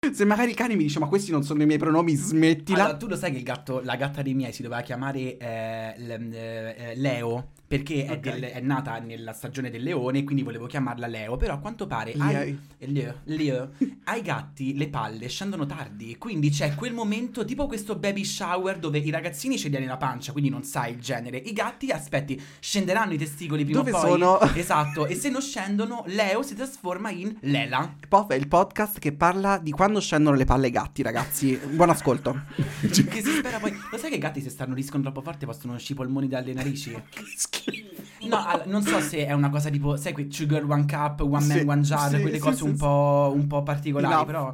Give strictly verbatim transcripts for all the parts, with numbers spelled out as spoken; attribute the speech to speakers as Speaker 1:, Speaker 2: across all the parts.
Speaker 1: Se magari il cane mi dice ma questi non sono i miei pronomi, smettila.
Speaker 2: Allora, tu lo sai che il gatto, la gatta dei miei si doveva chiamare eh, l- eh, Leo, perché è,
Speaker 1: Ok.
Speaker 2: del- è nata nella stagione del leone, quindi volevo chiamarla Leo, però a quanto pare ai,
Speaker 1: Lei.
Speaker 2: Leo, Leo, ai gatti le palle scendono tardi, quindi c'è quel momento tipo questo baby shower dove i ragazzini ce li hai nella pancia, quindi non sai il genere, i gatti aspetti, scenderanno i testicoli prima
Speaker 1: Dove
Speaker 2: o poi,
Speaker 1: sono?
Speaker 2: esatto, e se non scendono Leo si trasforma in Lela.
Speaker 1: Pop è il podcast che parla di quando scendono le palle ai gatti, ragazzi. Buon ascolto.
Speaker 2: Che si spera poi. Lo sai che i gatti se starnutiscono troppo forte possono uscire i polmoni dalle narici?
Speaker 1: Che schifo.
Speaker 2: No, all- non so se è una cosa tipo, sai, quei two girl one cup, one man
Speaker 1: Sì,
Speaker 2: one jar,
Speaker 1: sì,
Speaker 2: quelle
Speaker 1: sì,
Speaker 2: cose
Speaker 1: sì,
Speaker 2: un
Speaker 1: sì.
Speaker 2: po' un po' particolari,
Speaker 1: Enough.
Speaker 2: però.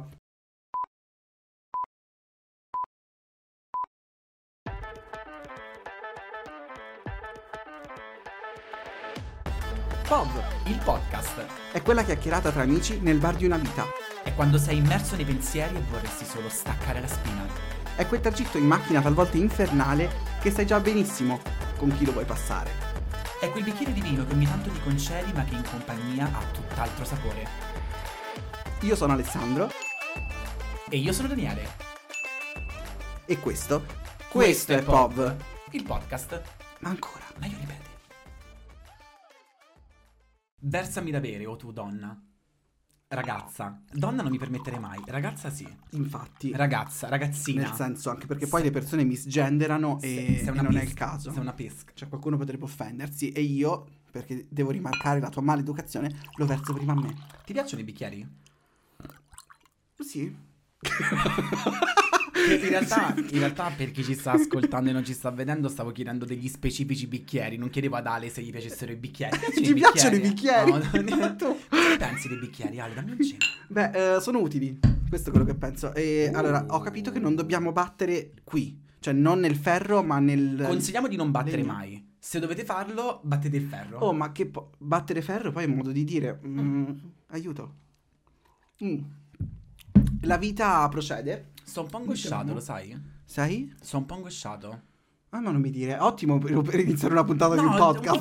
Speaker 1: Pop
Speaker 2: Il podcast
Speaker 1: è quella chiacchierata tra amici nel bar di una vita.
Speaker 2: è quando sei immerso nei pensieri e vorresti solo staccare la spina.
Speaker 1: È quel tragitto in macchina talvolta infernale che sai già benissimo con chi lo vuoi passare.
Speaker 2: È quel bicchiere di vino che ogni tanto ti concedi ma che in compagnia ha tutt'altro sapore.
Speaker 1: Io sono Alessandro
Speaker 2: E io sono Daniele.
Speaker 1: e questo, questo è Pop.
Speaker 2: Il podcast.
Speaker 1: Ma ancora.
Speaker 2: Ma io ripeti. Versami da bere, o tu donna. Ragazza. Donna non mi permetterei mai. Ragazza sì.
Speaker 1: Infatti,
Speaker 2: Ragazza, ragazzina.
Speaker 1: nel senso anche perché poi le persone misgenderano e,
Speaker 2: Sei- sei
Speaker 1: e
Speaker 2: una
Speaker 1: non è
Speaker 2: pis-
Speaker 1: il caso.
Speaker 2: Sei una pesca.
Speaker 1: Cioè qualcuno potrebbe offendersi e io, perché devo rimarcare la tua maleducazione, lo verso prima a me.
Speaker 2: Ti piacciono i bicchieri?
Speaker 1: Sì.
Speaker 2: In realtà, in realtà per chi ci sta ascoltando e non ci sta vedendo stavo chiedendo degli specifici bicchieri. Non chiedevo ad Ale se gli piacessero i bicchieri.
Speaker 1: Ci piacciono i bicchieri?
Speaker 2: No, no,
Speaker 1: Tu.
Speaker 2: cosa ne pensi dei bicchieri, Ale? Dammi un cenno.
Speaker 1: Beh, eh, sono utili. Questo è quello che penso. E
Speaker 2: Uh.
Speaker 1: allora, ho capito che non dobbiamo battere qui. Cioè, non nel ferro, ma nel...
Speaker 2: Consigliamo di non battere
Speaker 1: legno.
Speaker 2: mai. Se dovete farlo, battete il ferro.
Speaker 1: Oh, ma che po- battere ferro poi è un modo di dire. Mm, aiuto. Mm. La vita procede.
Speaker 2: Sto un po' angosciato,
Speaker 1: Diciamo.
Speaker 2: lo sai?
Speaker 1: Sai?
Speaker 2: Sto un po' angosciato.
Speaker 1: Ah, ma non mi dire. Ottimo per, per iniziare una puntata di un podcast.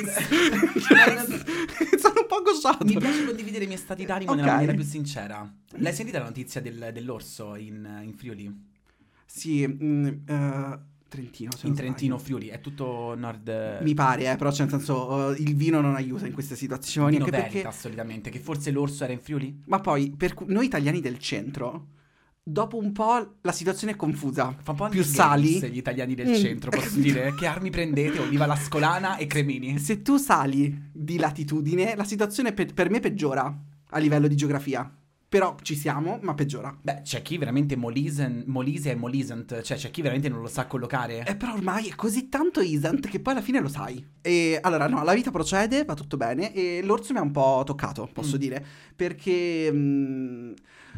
Speaker 1: Sono un po' angosciato.
Speaker 2: Mi piace condividere i miei stati d'animo
Speaker 1: Ok.
Speaker 2: nella maniera più sincera. L'hai sentita la notizia del- dell'orso in, in Friuli?
Speaker 1: Sì, mm, eh, Trentino. se
Speaker 2: In
Speaker 1: non
Speaker 2: Trentino,
Speaker 1: sbaglio.
Speaker 2: Friuli, è tutto nord.
Speaker 1: Mi pare, eh, però c'è nel senso, eh, il vino non aiuta in queste situazioni.
Speaker 2: Vino
Speaker 1: Anche
Speaker 2: Veritas
Speaker 1: perché.
Speaker 2: solitamente, che forse l'orso era in Friuli?
Speaker 1: Ma poi, per cu- noi italiani del centro, dopo un po' la situazione è confusa.
Speaker 2: Fa un po'
Speaker 1: Più
Speaker 2: Hunger
Speaker 1: sali.
Speaker 2: Games, gli italiani del
Speaker 1: Mm.
Speaker 2: centro, posso dire? Che armi prendete? Oliva l'Ascolana e Cremini.
Speaker 1: Se tu sali di latitudine, la situazione pe- per me peggiora a livello di geografia. Però ci siamo, ma peggiora.
Speaker 2: Beh, c'è chi veramente Molisen, Molise e Molisent, cioè c'è chi veramente non lo sa collocare.
Speaker 1: E però ormai è così tanto isant che poi alla fine lo sai. E allora, no, la vita procede, va tutto bene. E l'orso mi ha un po' toccato, posso
Speaker 2: Mm.
Speaker 1: dire. Perché. mm,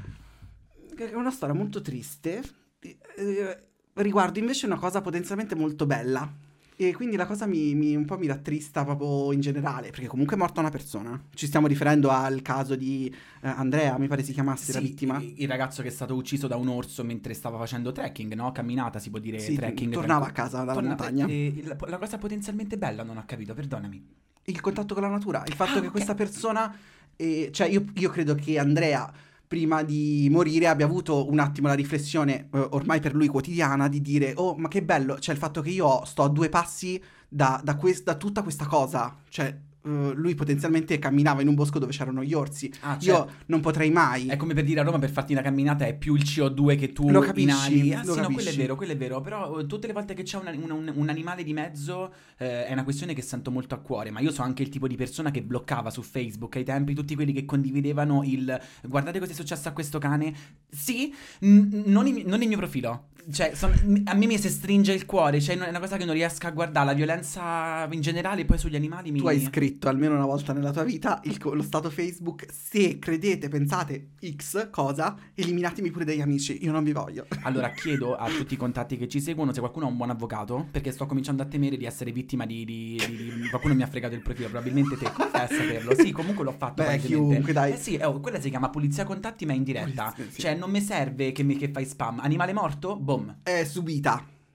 Speaker 1: è una storia molto triste. eh, riguardo invece una cosa potenzialmente molto bella. E quindi la cosa mi, mi- un po' mi rattrista proprio in generale. Perché comunque è morta una persona. Ci stiamo riferendo al caso di eh, Andrea, mi pare si chiamasse la
Speaker 2: Sì,
Speaker 1: vittima.
Speaker 2: il il ragazzo che è stato ucciso da un orso mentre stava facendo trekking, no? Camminata, si può dire
Speaker 1: Sì,
Speaker 2: trekking.
Speaker 1: tornava
Speaker 2: tranqu-
Speaker 1: a casa dalla
Speaker 2: Torna-
Speaker 1: montagna.
Speaker 2: eh, il- la cosa potenzialmente bella, non ho capito, perdonami.
Speaker 1: Il contatto con la natura, il fatto
Speaker 2: Ah,
Speaker 1: che
Speaker 2: ok.
Speaker 1: questa persona, eh, cioè io, io credo che Andrea prima di morire abbia avuto un attimo la riflessione, eh, ormai per lui quotidiana, di dire oh ma che bello, cioè il fatto che io sto a due passi da, da, quest- da tutta questa cosa, cioè eh, lui potenzialmente camminava in un bosco dove c'erano gli orsi,
Speaker 2: Ah,
Speaker 1: io
Speaker 2: certo.
Speaker 1: non potrei mai.
Speaker 2: È come per dire a Roma per farti una camminata è più il C O due che tu
Speaker 1: Lo capisci,
Speaker 2: inali. Ah
Speaker 1: lo
Speaker 2: sì, no, quello è
Speaker 1: capisci.
Speaker 2: vero, quello è vero. Però eh, tutte le volte che c'è un, un- un- un animale di mezzo eh, è una questione che sento molto a cuore. Ma io so anche il tipo di persona che bloccava su Facebook ai tempi tutti quelli che condividevano il guardate cosa è successo a questo cane. Sì, n- non, il, non il mio profilo. Cioè, son- a me mi si stringe il cuore. Cioè, è una cosa che non riesco a guardare. La violenza in generale, poi sugli animali mi.
Speaker 1: Tu hai scritto almeno una volta nella tua vita il co- lo stato Facebook, se credete, pensate X cosa, eliminatemi pure dagli amici, io non vi voglio.
Speaker 2: Allora chiedo a tutti i contatti che ci seguono se qualcuno ha un buon avvocato, perché sto cominciando a temere di essere vittima di, di- di- di- qualcuno mi ha fregato il profilo, probabilmente te. Come fai a saperlo? Sì, comunque l'ho fatto.
Speaker 1: Beh,
Speaker 2: palesemente.
Speaker 1: chiunque, dai.
Speaker 2: Eh sì, oh, quella si chiama pulizia contatti ma in diretta.
Speaker 1: Pulizia, sì.
Speaker 2: Cioè non mi serve che, mi, che fai spam. Animale morto? Boom.
Speaker 1: È subita,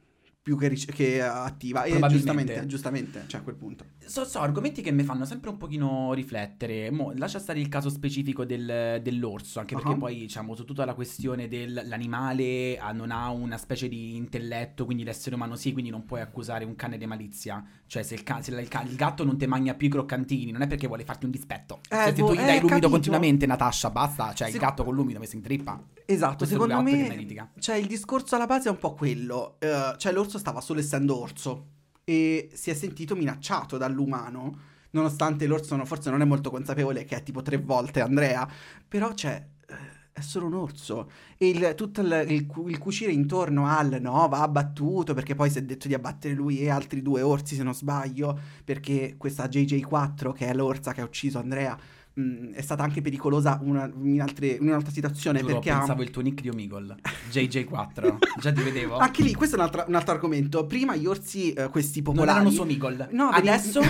Speaker 1: più che, ric- che attiva. E
Speaker 2: Probabilmente.
Speaker 1: giustamente, giustamente, cioè a quel punto.
Speaker 2: So, so argomenti che mi fanno sempre un pochino riflettere. Mo, lascia stare il caso specifico del- dell'orso, anche perché
Speaker 1: Uh-huh.
Speaker 2: poi diciamo su tutta la questione dell'animale non ha una specie di intelletto, quindi l'essere umano sì, quindi non puoi accusare un cane di malizia. Cioè se il, ca- se il, ca- il gatto non te mangia più i croccantini, non è perché vuole farti un dispetto.
Speaker 1: Eh,
Speaker 2: se te
Speaker 1: boh,
Speaker 2: tu gli
Speaker 1: eh,
Speaker 2: dai l'umido
Speaker 1: capito.
Speaker 2: continuamente, Natascia, basta. Cioè
Speaker 1: Se-
Speaker 2: il gatto con l'umido messo in trippa.
Speaker 1: Esatto,
Speaker 2: Questo
Speaker 1: secondo
Speaker 2: è pure gatto che
Speaker 1: me,
Speaker 2: mi litiga.
Speaker 1: cioè il discorso alla base è un po' quello, eh, cioè l'orso stava solo essendo orso e si è sentito minacciato dall'umano, nonostante l'orso no- forse non è molto consapevole che è tipo tre volte Andrea, però cioè eh, è solo un orso e il, tutto il, il cu- il cucire intorno al no, va abbattuto perché poi si è detto di abbattere lui e altri due orsi se non sbaglio, perché questa J J quattro che è l'orsa che ha ucciso Andrea mh, è stata anche pericolosa una- in, altre- in un'altra situazione
Speaker 2: Giuro,
Speaker 1: perché ha...
Speaker 2: pensavo il tuo nick di Omegle, J J quattro. Già ti vedevo.
Speaker 1: Anche lì, questo è un altro, un altro argomento. Prima gli orsi, eh, questi
Speaker 2: Non
Speaker 1: popolari...
Speaker 2: erano su Omegle.
Speaker 1: No, veni-
Speaker 2: Adesso?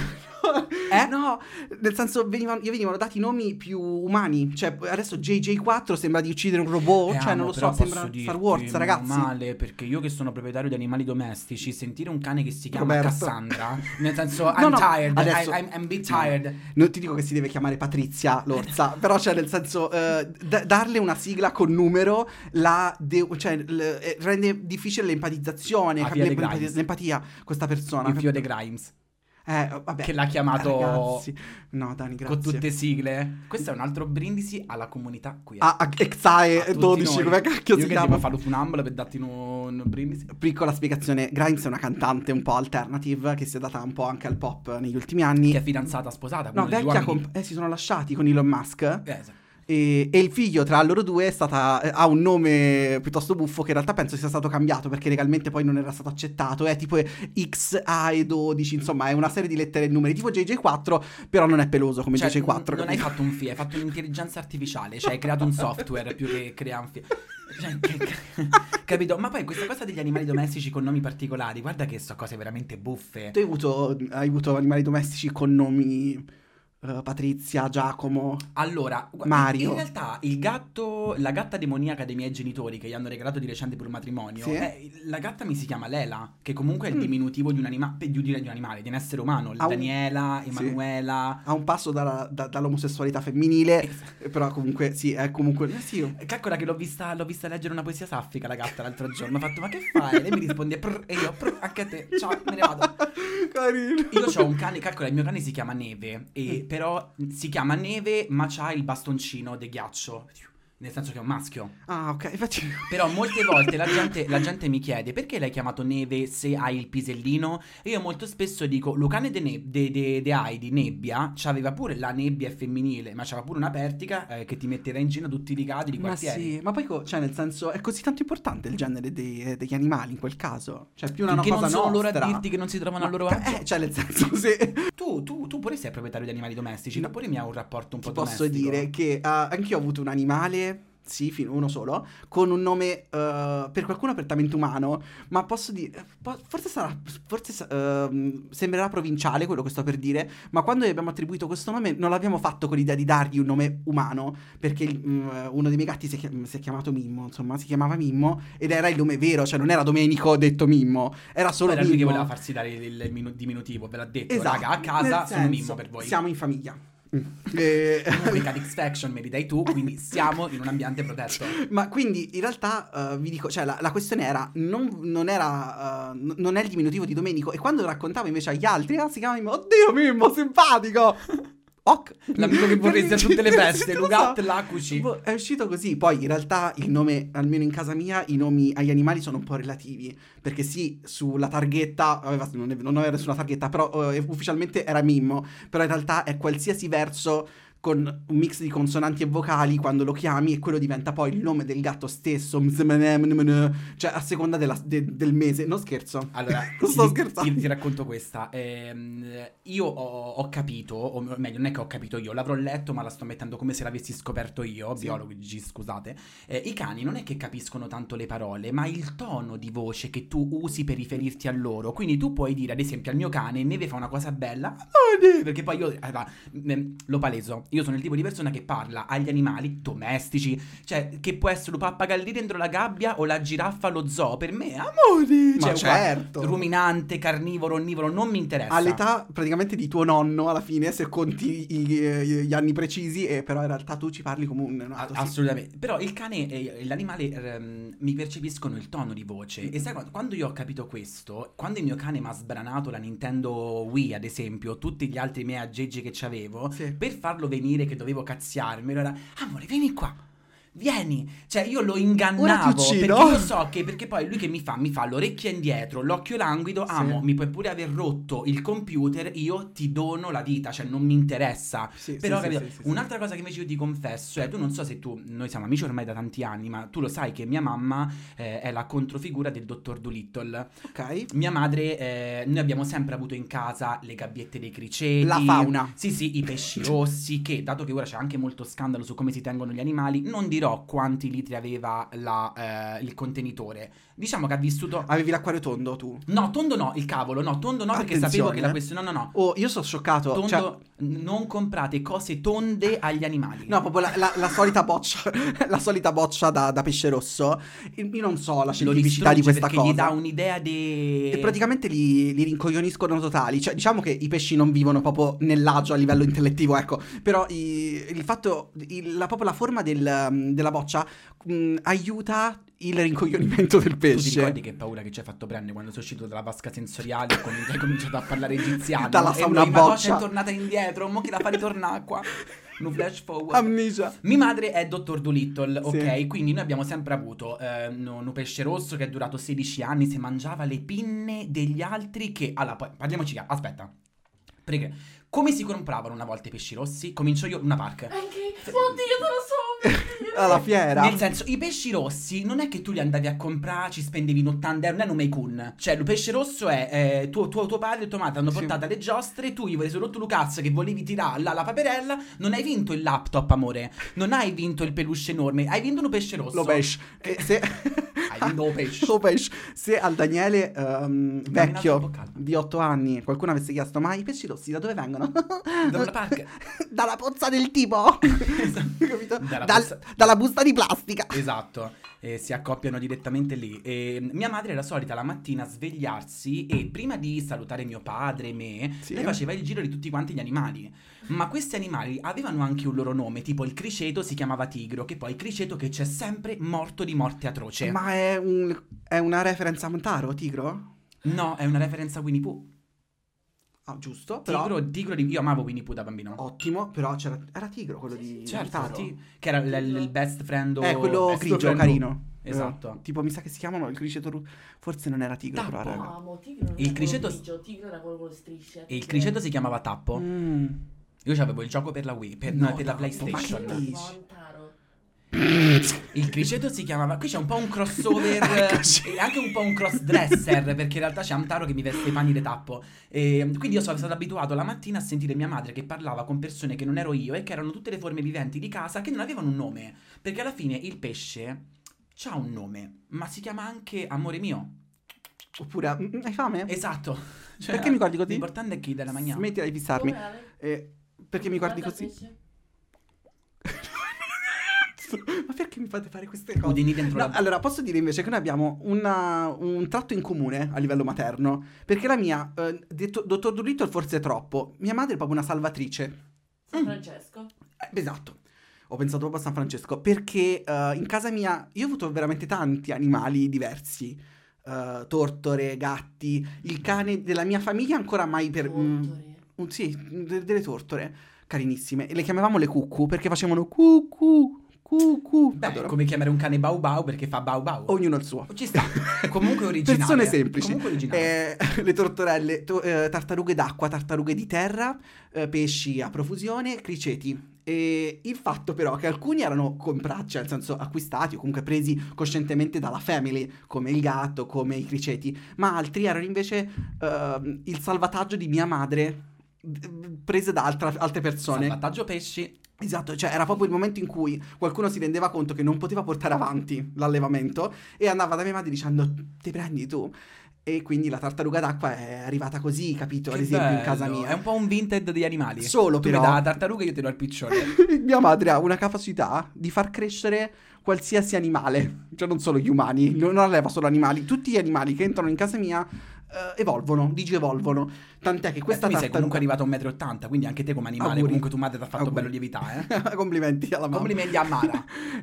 Speaker 1: eh? No, nel senso, venivano, gli venivano dati nomi più umani. Cioè, adesso J J quattro sembra di uccidere un robot.
Speaker 2: Eh,
Speaker 1: cioè,
Speaker 2: amo,
Speaker 1: non lo
Speaker 2: però
Speaker 1: so,
Speaker 2: posso
Speaker 1: sembra
Speaker 2: dirti,
Speaker 1: Star Wars,
Speaker 2: meno
Speaker 1: ragazzi.
Speaker 2: male, perché io che sono proprietario di animali domestici, sentire un cane che si chiama
Speaker 1: Roberto.
Speaker 2: Cassandra, nel senso, I'm
Speaker 1: No, no,
Speaker 2: tired,
Speaker 1: adesso-
Speaker 2: I- I'm, I'm a bit tired.
Speaker 1: Non ti dico che si deve chiamare Patrizia l'orsa, però cioè nel senso eh, d- darle una sigla con numero la de- cioè, l- eh, rende difficile l'empatizzazione,
Speaker 2: Ah,
Speaker 1: cap-
Speaker 2: via de
Speaker 1: l'empati-
Speaker 2: Grimes.
Speaker 1: l'empatia questa persona.
Speaker 2: Il figlio de Grimes,
Speaker 1: Eh, vabbè.
Speaker 2: che l'ha chiamato
Speaker 1: Ragazzi. No, Dani, grazie.
Speaker 2: con tutte sigle. Questo è un altro brindisi alla comunità queer.
Speaker 1: Ah, a Exae
Speaker 2: A tutti
Speaker 1: dodici,
Speaker 2: noi.
Speaker 1: come cacchio
Speaker 2: Io
Speaker 1: si
Speaker 2: che
Speaker 1: chiama?
Speaker 2: devo fare un funambolo per darti un, un brindisi.
Speaker 1: Piccola spiegazione, Grimes è una cantante un po' alternative che si è data un po' anche al pop negli ultimi anni.
Speaker 2: Che è fidanzata, sposata,
Speaker 1: No,
Speaker 2: uno degli
Speaker 1: vecchia,
Speaker 2: uomini.
Speaker 1: comp- eh, si sono lasciati con Elon Musk.
Speaker 2: Eh, esatto.
Speaker 1: E, e il figlio tra loro due è stata, eh, ha un nome piuttosto buffo che in realtà penso sia stato cambiato perché legalmente poi non era stato accettato. È tipo X A E dodici, insomma, è una serie di lettere e numeri tipo J J quattro, però non è peloso come
Speaker 2: Cioè,
Speaker 1: J J quattro.
Speaker 2: n- non hai fatto un F I, hai fatto un'intelligenza artificiale, cioè hai creato un software più che crea un F I. Cioè, che- che- capito? Ma poi questa cosa degli animali domestici con nomi particolari, guarda che so cose veramente buffe.
Speaker 1: Tu hai avuto, hai avuto animali domestici con nomi eh, Patrizia, Giacomo.
Speaker 2: Allora, gu-
Speaker 1: Mario.
Speaker 2: in realtà il gatto, la gatta demoniaca dei miei genitori che gli hanno regalato di recente per un matrimonio,
Speaker 1: Sì.
Speaker 2: eh, la gatta mi si chiama Lela, che comunque è il
Speaker 1: Mm.
Speaker 2: diminutivo di un, anima- di, di un animale, di un essere umano.
Speaker 1: Ha un-
Speaker 2: Daniela,
Speaker 1: sì.
Speaker 2: Emanuela.
Speaker 1: A un passo dalla- da- dall'omosessualità femminile,
Speaker 2: Esatto.
Speaker 1: eh, però comunque sì, è comunque... eh, sì.
Speaker 2: Calcola che l'ho vista, l'ho vista leggere una poesia saffica la gatta l'altro giorno. Ho fatto, ma che fai? E lei mi risponde, "Prr", e io, "Prr", anche a te, ciao, me ne vado.
Speaker 1: Carino.
Speaker 2: Io ho un cane, calcola, il mio cane si chiama Neve, e però si chiama Neve, ma c'ha il bastoncino di ghiaccio. Nel senso che è un maschio.
Speaker 1: Ah, ok, infatti...
Speaker 2: Però molte volte la gente, la gente mi chiede perché l'hai chiamato Neve se hai il pisellino? E io molto spesso dico, lo cane de, ne- de, de, de hai di nebbia, c'aveva pure la nebbia è femminile, ma c'aveva pure una pertica eh, che ti metterà in giro tutti i rigati di
Speaker 1: Ma
Speaker 2: quartieri.
Speaker 1: sì, ma poi, co- cioè, nel senso, è così tanto importante il genere dei- degli animali in quel caso. Cioè, più una
Speaker 2: Finché
Speaker 1: cosa
Speaker 2: non sono loro
Speaker 1: nostra.
Speaker 2: a dirti che non si trovano
Speaker 1: Ma-
Speaker 2: al loro agio.
Speaker 1: Eh, cioè, nel senso, se...
Speaker 2: Tu, tu, tu pure sei proprietario di animali domestici, tu pure mi hai un rapporto un
Speaker 1: Ti
Speaker 2: po'
Speaker 1: posso
Speaker 2: domestico.
Speaker 1: dire che uh, anch'io ho avuto un animale, sì, fino uno solo, con un nome uh, per qualcuno prettamente umano, ma posso dire, po- forse sarà, forse sa- uh, sembrerà provinciale quello che sto per dire, ma quando gli abbiamo attribuito questo nome non l'abbiamo fatto con l'idea di dargli un nome umano, perché il- uh, uno dei miei gatti si è, chi- si è chiamato Mimmo, insomma, si chiamava Mimmo ed era il nome vero, cioè non era Domenico detto Mimmo, era solo
Speaker 2: Poi era lui che
Speaker 1: Mimmo.
Speaker 2: voleva farsi dare il, il minu- diminutivo, ve l'ha detto,
Speaker 1: Esatto,
Speaker 2: raga, a casa
Speaker 1: nel
Speaker 2: sono
Speaker 1: senso,
Speaker 2: Mimmo per voi.
Speaker 1: Siamo in famiglia. Mm. E-
Speaker 2: Comunque X Faction me li dai tu, quindi siamo in un ambiente protetto.
Speaker 1: Ma quindi in realtà uh, vi dico, cioè la, la questione era, non, non era, uh, n- non è il diminutivo di Domenico, e quando lo raccontavo invece agli altri, ah, si chiama Mimmo, oddio Mimmo, simpatico! Ok.
Speaker 2: L'amico che vorresti a tutte le feste,
Speaker 1: Lo
Speaker 2: Lugat,
Speaker 1: so.
Speaker 2: Lacuci.
Speaker 1: Boh, è uscito così. Poi in realtà il nome, almeno in casa mia, i nomi agli animali sono un po' relativi. Perché sì, sulla targhetta, aveva, non, è- non aveva nessuna targhetta, però eh, ufficialmente era Mimmo. Però in realtà è qualsiasi verso con un mix di consonanti e vocali, quando lo chiami, e quello diventa poi il nome del gatto stesso. Cioè a seconda della- de- del mese. Non scherzo.
Speaker 2: Allora,
Speaker 1: Non sto
Speaker 2: ti,
Speaker 1: scherzando.
Speaker 2: ti- ti racconto questa. Ehm, io ho, ho capito, o meglio, non è che ho capito io, l'avrò letto, ma la sto mettendo come se l'avessi scoperto io,
Speaker 1: Sì.
Speaker 2: biologi, scusate. Eh, I cani non è che capiscono tanto le parole, ma il tono di voce che tu usi per riferirti a loro. Quindi tu puoi dire, ad esempio, al mio cane, Neve fa una cosa bella, oh, Neve, perché poi io, allora, mm, lo paleso. io sono il tipo di persona che parla agli animali domestici, cioè che può essere un pappagallino dentro la gabbia o la giraffa allo zoo, per me amore,
Speaker 1: Ma
Speaker 2: cioè,
Speaker 1: certo.
Speaker 2: ruminante, carnivoro, onnivoro, non mi interessa.
Speaker 1: All'età praticamente di tuo nonno alla fine, se conti i- i- gli anni precisi, e però in realtà tu ci parli come un neonato.
Speaker 2: A- assolutamente. Però il cane e l'animale ehm, mi percepiscono il tono di voce. E sai, quando, quando io ho capito questo, quando il mio cane mi ha sbranato la Nintendo Wii, ad esempio, tutti gli altri miei aggeggi che c'avevo,
Speaker 1: Sì.
Speaker 2: per farlo venire che dovevo cazziarmi, era amore, vieni qua. Vieni, cioè io lo ingannavo
Speaker 1: Ora ti uccido.
Speaker 2: perché io so che, perché poi lui che mi fa, mi fa l'orecchia indietro, l'occhio languido,
Speaker 1: Sì.
Speaker 2: amo, mi puoi pure aver rotto il computer, io ti dono la vita, cioè non mi interessa.
Speaker 1: Sì,
Speaker 2: Però
Speaker 1: sì,
Speaker 2: capito?
Speaker 1: sì, sì, sì,
Speaker 2: Un'altra cosa che invece io ti confesso è, tu non so se tu, noi siamo amici ormai da tanti anni, ma tu lo sai che mia mamma eh, è la controfigura del dottor Dolittle.
Speaker 1: Ok.
Speaker 2: Mia madre, eh, noi abbiamo sempre avuto in casa le gabbiette dei criceti,
Speaker 1: La fauna.
Speaker 2: sì sì, i pesci rossi, che dato che ora c'è anche molto scandalo su come si tengono gli animali, non dirò quanti litri aveva la, eh, il contenitore. Diciamo che ha vissuto...
Speaker 1: Avevi l'acquario tondo tu?
Speaker 2: No, tondo no, il cavolo, no, tondo no, perché
Speaker 1: Attenzione,
Speaker 2: sapevo che la
Speaker 1: eh.
Speaker 2: questione... No, no, no.
Speaker 1: Oh, io sono scioccato.
Speaker 2: Tondo,
Speaker 1: Cioè,
Speaker 2: n- non comprate cose tonde agli animali.
Speaker 1: no, proprio la, la- la solita boccia, la solita boccia da, da pesce rosso. Io non so la
Speaker 2: Lo
Speaker 1: scientificità di
Speaker 2: distrugge
Speaker 1: questa
Speaker 2: perché
Speaker 1: cosa.
Speaker 2: gli dà un'idea di...
Speaker 1: E praticamente li, li rincoglioniscono totali. Cioè, diciamo che i pesci non vivono proprio nell'agio a livello intellettivo, ecco. Però i- il fatto, il- la, proprio la forma del, um, della boccia mh, aiuta il rincoglionimento del
Speaker 2: Tu ti
Speaker 1: pesce.
Speaker 2: ricordi che paura che ci hai fatto prendere quando sei uscito dalla vasca sensoriale e comunque hai cominciato a parlare egiziano?
Speaker 1: Dalla
Speaker 2: e
Speaker 1: sauna
Speaker 2: noi, ma cosa
Speaker 1: boccia.
Speaker 2: è tornata indietro, mo che la fa ritornare qua? Un flash forward.
Speaker 1: Amnesia.
Speaker 2: Mia madre è dottor Dolittle, ok?
Speaker 1: Sì.
Speaker 2: Quindi noi abbiamo sempre avuto eh, un pesce rosso che è durato sedici anni, si mangiava le pinne degli altri che... Allora, poi parliamoci chiaro, aspetta. Perché come si compravano una volta i pesci rossi? Comincio io, una park.
Speaker 3: Anche, oddio, te lo so. oddio.
Speaker 1: Alla fiera.
Speaker 2: Nel senso, i pesci rossi non è che tu li andavi a comprare, ci spendevi ottanta euro, non è un Meikun. Cioè, il pesce rosso è eh, tuo, tuo, tuo padre e tua madre hanno
Speaker 1: Sì.
Speaker 2: portato alle giostre, tu gli volevi rotto lo cazzo che volevi tirare la, la paperella, non hai vinto il laptop, amore. Non hai vinto il peluche enorme, hai vinto un pesce rosso.
Speaker 1: Lo pesce. E se...
Speaker 2: Hai vinto lo pesce.
Speaker 1: Lo pesce. Se al Daniele ehm,
Speaker 2: Dammi un altro
Speaker 1: vecchio
Speaker 2: boccale.
Speaker 1: di otto anni qualcuno avesse chiesto: ma i pesci rossi da dove vengono?
Speaker 2: Da una park.
Speaker 1: Dalla pozza del tipo. Capito?
Speaker 2: Dalla
Speaker 1: Dal-
Speaker 2: pozza-
Speaker 1: Dalla busta di plastica.
Speaker 2: Esatto, e si accoppiano direttamente lì. E mia madre era solita la mattina svegliarsi e prima di salutare mio padre e me,
Speaker 1: Sì.
Speaker 2: lei faceva il giro di tutti quanti gli animali. Ma questi animali avevano anche un loro nome, tipo il criceto si chiamava Tigro, che poi il criceto che c'è sempre morto di morte atroce.
Speaker 1: Ma è, un- è una reference a Montaro, Tigro?
Speaker 2: No, è una referenza a Winnie Pooh.
Speaker 1: Ah, giusto. Però
Speaker 2: Tigro, tigro di... Io amavo Winnie Pooh da bambino.
Speaker 1: ottimo. Però c'era, era Tigro quello di
Speaker 2: certo,
Speaker 1: Montaro.
Speaker 2: ti- che era l- l- il best friend o
Speaker 1: Eh, quello
Speaker 2: best
Speaker 1: grigio,
Speaker 2: friend o-
Speaker 1: carino.
Speaker 2: Esatto.
Speaker 1: Eh, tipo, mi sa che si chiamano il criceto ru- Forse non era Tigro,
Speaker 2: Tappo.
Speaker 1: però
Speaker 3: No,
Speaker 1: raga.
Speaker 3: mo, tigro non
Speaker 2: Il
Speaker 3: era
Speaker 2: criceto-
Speaker 3: quello grigio, tigro era quello con le strisce.
Speaker 2: E il criceto si chiamava Tappo.
Speaker 1: Mm.
Speaker 2: Io avevo il gioco per la Wii, per,
Speaker 1: No,
Speaker 2: per la
Speaker 1: Tappo,
Speaker 2: PlayStation.
Speaker 1: ma che dici?
Speaker 3: Montaro.
Speaker 2: Il criceto si chiamava. Qui c'è un po' un crossover
Speaker 1: Eccoci.
Speaker 2: e anche un po' un cross-dresser. Perché in realtà c'è Amtaro che mi veste i panni di Tappo. E quindi io sono stato abituato la mattina a sentire mia madre che parlava con persone che non ero io e che erano tutte le forme viventi di casa che non avevano un nome. Perché alla fine il pesce c'ha un nome, ma si chiama anche amore mio.
Speaker 1: Oppure, mm, hai fame?
Speaker 2: Esatto. Cioè,
Speaker 1: Perché mi guardi così?
Speaker 2: L'importante è chi della mangiare.
Speaker 1: Smettila di fissarmi.
Speaker 3: Come era?
Speaker 1: Eh, perché mi guardi
Speaker 3: Guarda il
Speaker 1: così?
Speaker 3: pesce.
Speaker 1: Ma perché mi fate fare queste cose?
Speaker 2: Udini dentro
Speaker 1: No,
Speaker 2: la...
Speaker 1: allora, posso dire invece che noi abbiamo una- un tratto in comune a livello materno. Perché la mia, eh, detto, dottor Dolittle forse è troppo. Mia madre è proprio una salvatrice.
Speaker 3: San Francesco.
Speaker 1: Eh, esatto. Ho pensato proprio a San Francesco. Perché eh, in casa mia io ho avuto veramente tanti animali diversi. Eh, tortore, gatti. Il cane della mia famiglia ancora mai per... mm,
Speaker 3: Tortore.
Speaker 1: un- sì, de- delle tortore carinissime. E le chiamavamo le cucù perché facevano cucù, cucù.
Speaker 2: Beh,
Speaker 1: Adoro.
Speaker 2: come chiamare un cane Bau Bau perché fa Bau Bau.
Speaker 1: Ognuno il suo.
Speaker 2: Ci sta. Comunque originale.
Speaker 1: Persone semplici.
Speaker 2: Comunque originale.
Speaker 1: Eh, le tortorelle, to- eh, tartarughe d'acqua, tartarughe di terra, eh, pesci a profusione, criceti. E il fatto però che alcuni erano comprati, cioè nel senso acquistati o comunque presi coscientemente dalla family, come il gatto, come i criceti, ma altri erano invece ehm, il salvataggio di mia madre, d- prese da altra- altre persone.
Speaker 2: Salvataggio pesci.
Speaker 1: Esatto, cioè era proprio il momento in cui qualcuno si rendeva conto che non poteva portare avanti l'allevamento e andava da mia madre dicendo ti prendi tu. E quindi la tartaruga d'acqua è arrivata così, capito? Ad
Speaker 2: Che
Speaker 1: esempio in casa
Speaker 2: bello.
Speaker 1: mia.
Speaker 2: È un po' un vinted degli animali.
Speaker 1: Solo
Speaker 2: tu
Speaker 1: però-
Speaker 2: mi dai la tartaruga e io ti do il piccione.
Speaker 1: Mia madre ha una capacità di far crescere qualsiasi animale, cioè non solo gli umani, non alleva solo animali, tutti gli animali che entrano in casa mia eh, evolvono, digievolvono, tant'è che questa
Speaker 2: Beh, tu mi sei comunque
Speaker 1: tartaruga...
Speaker 2: arrivato a un metro e ottanta, quindi anche te come animale
Speaker 1: Auguri.
Speaker 2: comunque tua madre ti ha fatto
Speaker 1: Auguri.
Speaker 2: bello lievitare, eh?
Speaker 1: Complimenti alla mamma.
Speaker 2: Complimenti a Mara.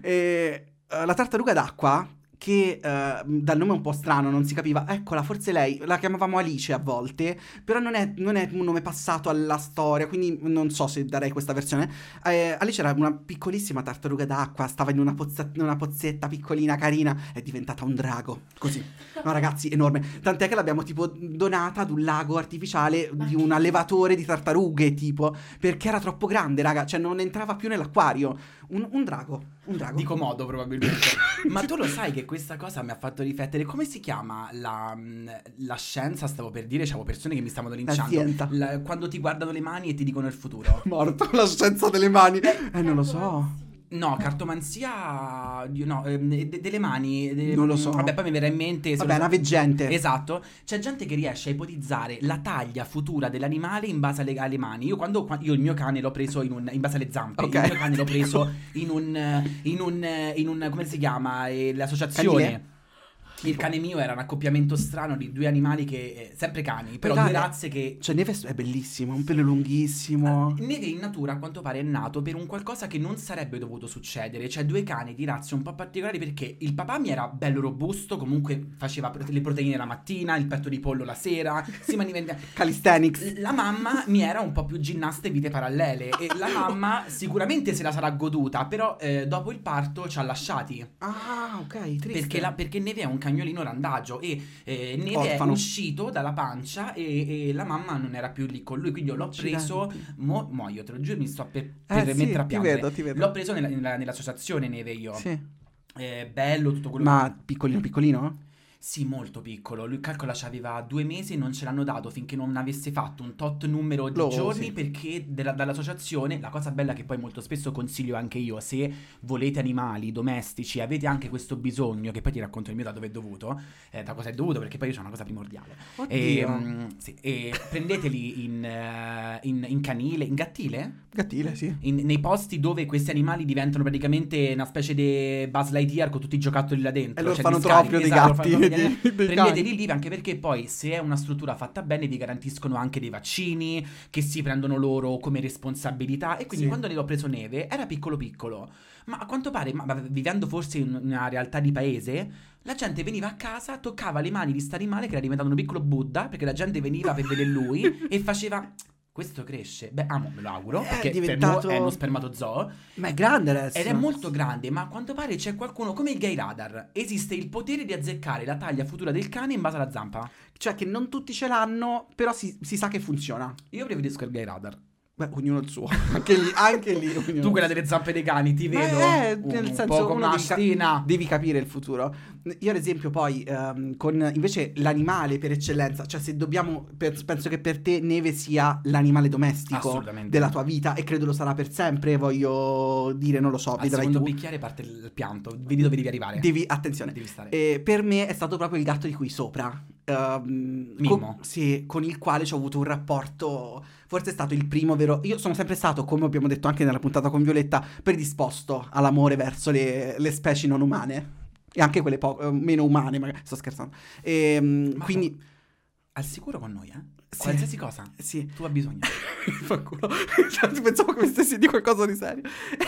Speaker 1: E, eh, la tartaruga d'acqua, che eh, dal nome un po' strano non si capiva, eccola, forse lei, la chiamavamo Alice a volte, però non è, non è un nome passato alla storia, quindi non so se darei questa versione. Eh, Alice era una piccolissima tartaruga d'acqua, stava in una, pozza- in una pozzetta piccolina, carina, è diventata un drago, così, no ragazzi, enorme, tant'è che l'abbiamo tipo donata ad un lago artificiale di un allevatore di tartarughe, tipo, perché era troppo grande, raga, cioè non entrava più nell'acquario, un, un drago, un drago.
Speaker 2: Di comodo probabilmente. Ma tu lo sai che questa cosa mi ha fatto riflettere. Come si chiama la, la scienza? Stavo per dire, c'avevo persone che mi stavano
Speaker 1: L'azienda.
Speaker 2: linciando. La- quando ti guardano le mani e ti dicono il futuro.
Speaker 1: Morto, la scienza delle mani. Eh, non lo so.
Speaker 2: No, cartomanzia. No, ehm, de- delle mani. de-
Speaker 1: Non lo so.
Speaker 2: Vabbè, poi mi verrà in mente. se
Speaker 1: Vabbè,
Speaker 2: lo
Speaker 1: una
Speaker 2: so-
Speaker 1: veggente.
Speaker 2: Esatto. C'è gente che riesce a ipotizzare la taglia futura dell'animale in base alle, alle mani. Io quando qua- io il mio cane l'ho preso in un in base alle zampe.
Speaker 1: Ok.
Speaker 2: Il mio cane l'ho preso in un eh, in un eh, in un come si chiama? Eh, l'associazione.
Speaker 1: Canile?
Speaker 2: Il cane mio era un accoppiamento strano di due animali che eh, sempre cani, però
Speaker 1: Dai,
Speaker 2: due razze che
Speaker 1: Cioè, Neve è bellissimo, un pelo lunghissimo.
Speaker 2: Neve in natura a quanto pare è nato per un qualcosa che non sarebbe dovuto succedere, cioè due cani di razze un po' particolari perché il papà mi era bello robusto, comunque faceva pro- le proteine la mattina, il petto di pollo la sera, si maniventa...
Speaker 1: Calisthenics.
Speaker 2: La mamma mi era un po' più ginnasta e vite parallele e la mamma sicuramente se la sarà goduta, però eh, dopo il parto ci ha lasciati.
Speaker 1: Ah, ok, triste.
Speaker 2: Perché, la- perché Neve è un cagnolino randagio e eh, Neve
Speaker 1: Orfano.
Speaker 2: è uscito dalla pancia e, e la mamma non era più lì con lui, quindi io l'ho preso,
Speaker 1: Accidenti.
Speaker 2: mo, mo io te lo giuro mi sto per, per
Speaker 1: Eh, sì,
Speaker 2: mettere a
Speaker 1: ti
Speaker 2: piangere.
Speaker 1: vedo, ti vedo.
Speaker 2: L'ho preso nella- nella- nell'associazione Neve io,
Speaker 1: Sì.
Speaker 2: Eh, bello tutto quello
Speaker 1: Ma piccolino, piccolino?
Speaker 2: Sì, molto piccolo. Lui calcola c'aveva due mesi e non ce l'hanno dato finché non avesse fatto un tot numero di
Speaker 1: Lo-
Speaker 2: giorni
Speaker 1: sì.
Speaker 2: perché della- dall'associazione, la cosa bella che poi molto spesso consiglio anche io, se volete animali domestici, avete anche questo bisogno, che poi ti racconto il mio da dove è dovuto, eh, da cosa è dovuto perché poi io c'ho una cosa primordiale. E,
Speaker 1: Oddio.
Speaker 2: mm, sì, e prendeteli in, eh, in, in canile, in gattile,
Speaker 1: Gattile, sì.
Speaker 2: in- nei posti dove questi animali diventano praticamente una specie di Buzz Lightyear con tutti i giocattoli là dentro.
Speaker 1: È
Speaker 2: cioè
Speaker 1: l'orfanotrofio
Speaker 2: di
Speaker 1: dei
Speaker 2: scarichi,
Speaker 1: gatti,
Speaker 2: esatto, l'orfanotrofio
Speaker 1: dei-
Speaker 2: dei-
Speaker 1: dei
Speaker 2: Prendeteli
Speaker 1: cani.
Speaker 2: lì anche perché poi se è una struttura fatta bene vi garantiscono anche dei vaccini che si prendono loro come responsabilità e quindi
Speaker 1: Sì.
Speaker 2: quando ne ho preso Neve era piccolo piccolo, ma a quanto pare, ma, ma vivendo forse in una realtà di paese, la gente veniva a casa, toccava le mani di sta animale che era diventato un piccolo Buddha perché la gente veniva per vedere lui e faceva... Questo cresce. Beh, amo, me lo auguro,
Speaker 1: È
Speaker 2: perché
Speaker 1: diventato-
Speaker 2: per noi è uno spermatozoo.
Speaker 1: Ma è grande adesso.
Speaker 2: Ed è molto grande, ma a quanto pare c'è qualcuno come il gay radar. Esiste il potere di azzeccare la taglia futura del cane in base alla zampa.
Speaker 1: Cioè che non tutti ce l'hanno, però si, si sa che funziona.
Speaker 2: Io preferisco il gay radar.
Speaker 1: Beh, ognuno il suo. Anche lì, anche lì. ognuno-
Speaker 2: Tu quella delle zampe dei cani, ti
Speaker 1: Ma
Speaker 2: vedo.
Speaker 1: è,
Speaker 2: un,
Speaker 1: nel
Speaker 2: un
Speaker 1: senso,
Speaker 2: poco
Speaker 1: uno devi, ca-
Speaker 2: mastina.
Speaker 1: devi capire il futuro. Io ad esempio poi ehm, con invece l'animale per eccellenza, cioè se dobbiamo, per- penso che per te Neve sia l'animale domestico
Speaker 2: Assolutamente.
Speaker 1: della tua vita e credo lo sarà per sempre, voglio dire, non lo so,
Speaker 2: Al
Speaker 1: vedrai
Speaker 2: secondo
Speaker 1: tu.
Speaker 2: bicchiere parte il pianto. Vedi dove devi arrivare.
Speaker 1: Devi, attenzione.
Speaker 2: Devi stare.
Speaker 1: E per me è stato proprio il gatto di qui sopra. Ehm,
Speaker 2: Mimo.
Speaker 1: con, sì, con il quale ci ho avuto un rapporto. Forse è stato il primo vero. Io sono sempre stato, come abbiamo detto anche nella puntata con Violetta, predisposto all'amore verso le, le specie non umane. E anche quelle po- eh, meno umane, magari. Sto scherzando. Ehm,
Speaker 2: Ma
Speaker 1: quindi.
Speaker 2: Al sicuro con noi, eh?
Speaker 1: Sì.
Speaker 2: Qualsiasi cosa.
Speaker 1: Sì.
Speaker 2: Tu hai bisogno.
Speaker 1: Fa culo. Cioè, pensavo che mi stessi di qualcosa di serio.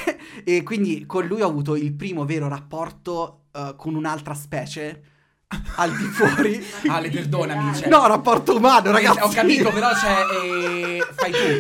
Speaker 1: E quindi con lui ho avuto il primo vero rapporto eh, con un'altra specie al di fuori.
Speaker 2: Ale, perdonami. Cioè,
Speaker 1: No, rapporto umano, ragazzi.
Speaker 2: Ho capito, però c'è. eh, fai tu.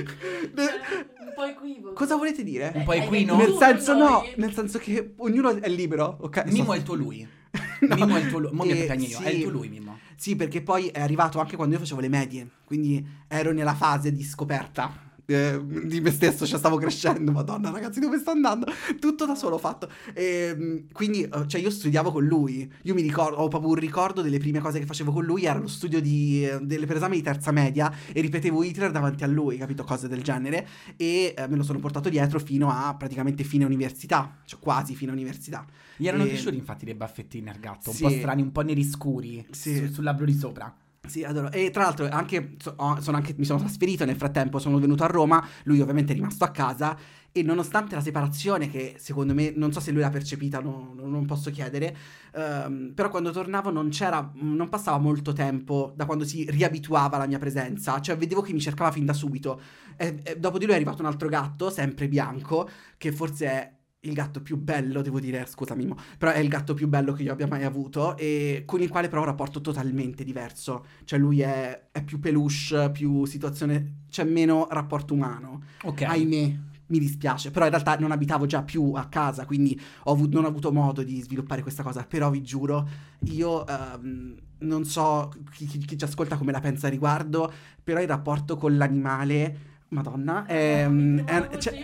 Speaker 3: Un po' equivoco.
Speaker 1: Cosa volete dire?
Speaker 2: Un po'
Speaker 3: Eh,
Speaker 2: equino?
Speaker 3: hai
Speaker 1: Nel
Speaker 3: detto tu,
Speaker 1: senso
Speaker 3: noi-
Speaker 1: no, nel senso che ognuno è libero, ok?
Speaker 2: Mimo
Speaker 1: So-
Speaker 2: è il tuo lui.
Speaker 1: No.
Speaker 2: Mimo è il tuo lui. Mo mi
Speaker 1: Eh,
Speaker 2: piagne io. È
Speaker 1: sì.
Speaker 2: il tuo lui, Mimo.
Speaker 1: Sì, perché poi è arrivato anche quando io facevo le medie, quindi ero nella fase di scoperta. eh, di me stesso, cioè stavo crescendo, madonna ragazzi dove sto andando, tutto da solo ho fatto, e, quindi cioè io studiavo con lui, io mi ricordo, ho proprio un ricordo delle prime cose che facevo con lui, era lo studio di, delle, per esame di terza media e ripetevo Hitler davanti a lui, capito, cose del genere, e eh, me lo sono portato dietro fino a praticamente fine università, cioè quasi fine università.
Speaker 2: Gli erano
Speaker 1: E-
Speaker 2: piaciuti infatti dei baffettini al gatto, un
Speaker 1: Sì.
Speaker 2: po' strani, un po' neri scuri,
Speaker 1: Sì.
Speaker 2: su- sul labbro di sopra.
Speaker 1: Sì, adoro. E tra l'altro anche, so- ho- sono anche mi sono trasferito nel frattempo, sono venuto a Roma, lui ovviamente è rimasto a casa e nonostante la separazione che secondo me, non so se lui l'ha percepita, no- no- non posso chiedere, ehm, però quando tornavo non c'era, non passava molto tempo da quando si riabituava alla mia presenza, cioè vedevo che mi cercava fin da subito. E, e dopo di lui è arrivato un altro gatto, sempre bianco, che forse è il gatto più bello, devo dire, scusa Mimmo, però è il gatto più bello che io abbia mai avuto e con il quale però ho un rapporto totalmente diverso. Cioè lui è, è più peluche, più situazione, c'è meno rapporto umano.
Speaker 2: Ok.
Speaker 1: Ahimè, mi dispiace, però in realtà non abitavo già più a casa, quindi ho avu- non ho avuto modo di sviluppare questa cosa, però vi giuro, io ehm, non so chi, chi- chi ci ascolta come la pensa a riguardo, però il rapporto con l'animale, madonna, è, è- cioè-